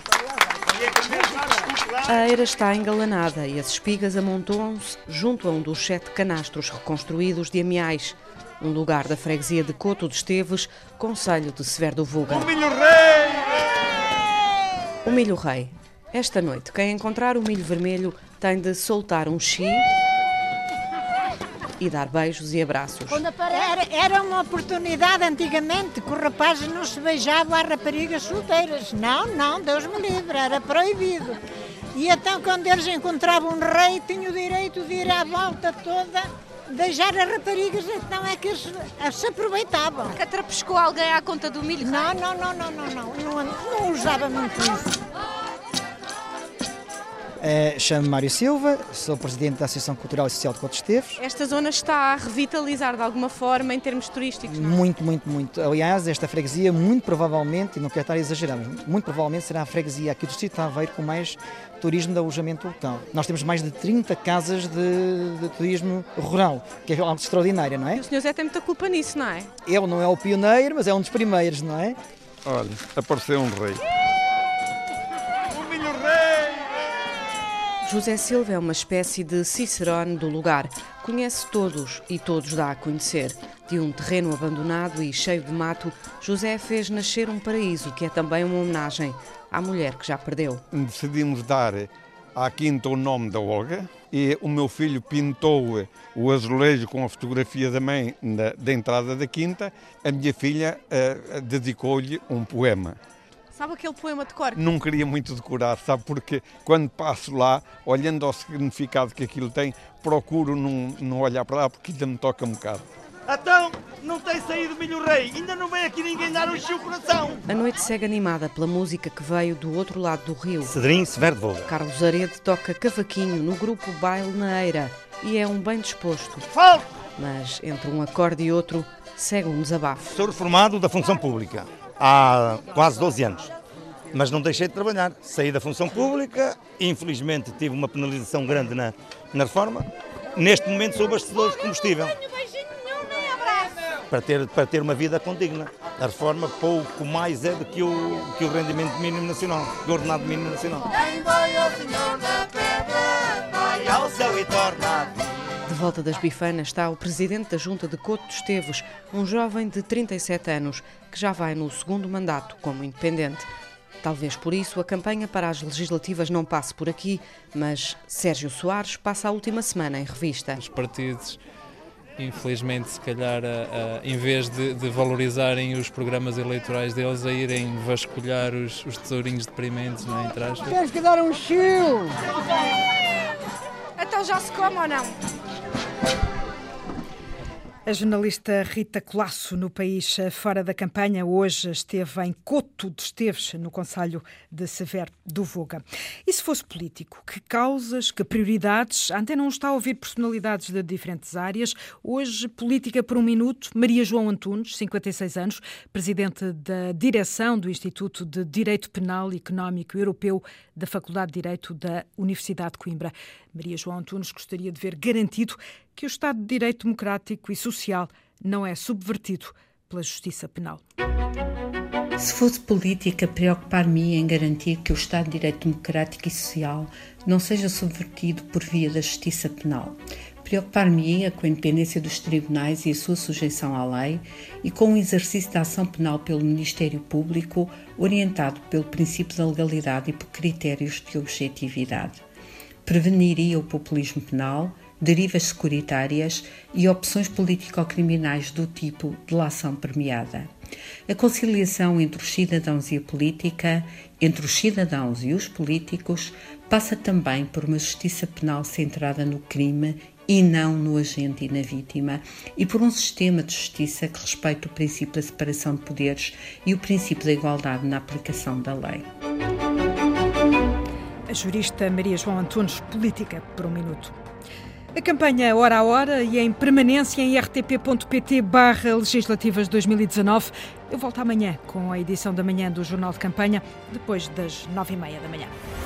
A eira está engalanada e as espigas amontoam-se junto a um dos 7 canastros reconstruídos de Amiais, um lugar da freguesia de Coto de Esteves, concelho de Severo do Voga. O milho rei! O milho rei. Esta noite, quem encontrar o milho vermelho tem de soltar um chi e dar beijos e abraços. Era uma oportunidade antigamente que os rapazes não se beijavam às raparigas solteiras. Não, Deus me livre, era proibido. E então quando eles encontravam um rei, tinham o direito de ir à volta toda, beijar as raparigas, então é que eles se aproveitavam. Que atrapescou alguém à conta do milho? Não usava muito isso. Chamo-me Mário Silva, sou presidente da Associação Cultural e Social de Coto de Esteves. Esta zona está a revitalizar de alguma forma em termos turísticos? Não? Muito. Aliás, esta freguesia, muito provavelmente, e não quero estar a exagerar, mas muito provavelmente será a freguesia aqui do distrito de Aveiro com mais turismo de alojamento local. Nós temos mais de 30 casas de turismo rural, que é algo extraordinário, não é? O Sr. Zé tem muita culpa nisso, não é? Ele não é o pioneiro, mas é um dos primeiros, não é? Olha, apareceu um rei. O milho rei! José Silva é uma espécie de Cicerone do lugar. Conhece todos e todos dá a conhecer. De um terreno abandonado e cheio de mato, José fez nascer um paraíso, que é também uma homenagem à mulher que já perdeu. Decidimos dar à quinta o nome da Olga e o meu filho pintou o azulejo com a fotografia da mãe da entrada da quinta. A minha filha dedicou-lhe um poema. Sabe aquele poema de cor? Não queria muito decorar, sabe, porque quando passo lá, olhando ao significado que aquilo tem, procuro não olhar para lá, porque ainda me toca um bocado. Então, não tem saído milho rei, ainda não vem aqui ninguém dar um chiu coração. A noite segue animada pela música que veio do outro lado do rio. Sadarim, Severo do Voga. Carlos Arede toca cavaquinho no grupo Baile na Eira e é um bem disposto. Falta! Mas entre um acorde e outro, segue um desabafo. Sou reformado da função pública há quase 12 anos, mas não deixei de trabalhar. Saí da função pública, infelizmente tive uma penalização grande na reforma. Neste momento sou abastecedor de combustível. Para ter uma vida condigna. A reforma pouco mais é do que o rendimento mínimo nacional, do ordenado mínimo nacional. De volta das bifanas está o presidente da Junta de Coto de Esteves, um jovem de 37 anos, que já vai no segundo mandato como independente. Talvez por isso a campanha para as legislativas não passe por aqui, mas Sérgio Soares passa a última semana em revista. Os partidos, infelizmente, se calhar, em vez de valorizarem os programas eleitorais deles, a irem vasculhar os tesourinhos deprimentes, não é? Entre aspas. Temos que dar um chiu! Então já se come ou não? A jornalista Rita Colasso, no País Fora da Campanha, hoje esteve em Coto de Esteves, no concelho de Severo do Voga. E se fosse político, que causas, que prioridades? A Antena 1 está a ouvir personalidades de diferentes áreas. Hoje, política por um minuto, Maria João Antunes, 56 anos, presidente da direção do Instituto de Direito Penal e Económico Europeu da Faculdade de Direito da Universidade de Coimbra. Maria João Antunes gostaria de ver garantido que o Estado de Direito democrático e social não é subvertido pela justiça penal. Se fosse política, preocupar-me em garantir que o Estado de Direito democrático e social não seja subvertido por via da justiça penal. Preocupar-me com a independência dos tribunais e a sua sujeição à lei e com o exercício da ação penal pelo Ministério Público, orientado pelo princípio da legalidade e por critérios de objetividade. Preveniria o populismo penal, derivas securitárias e opções político-criminais do tipo delação premiada. A conciliação entre os cidadãos e a política, entre os cidadãos e os políticos, passa também por uma justiça penal centrada no crime e não no agente e na vítima, e por um sistema de justiça que respeite o princípio da separação de poderes e o princípio da igualdade na aplicação da lei. A jurista Maria João Antunes, política por um minuto. A campanha Hora a Hora e em permanência em rtp.pt/legislativas 2019. Eu volto amanhã com a edição da manhã do Jornal de Campanha, depois das 9h30 da manhã.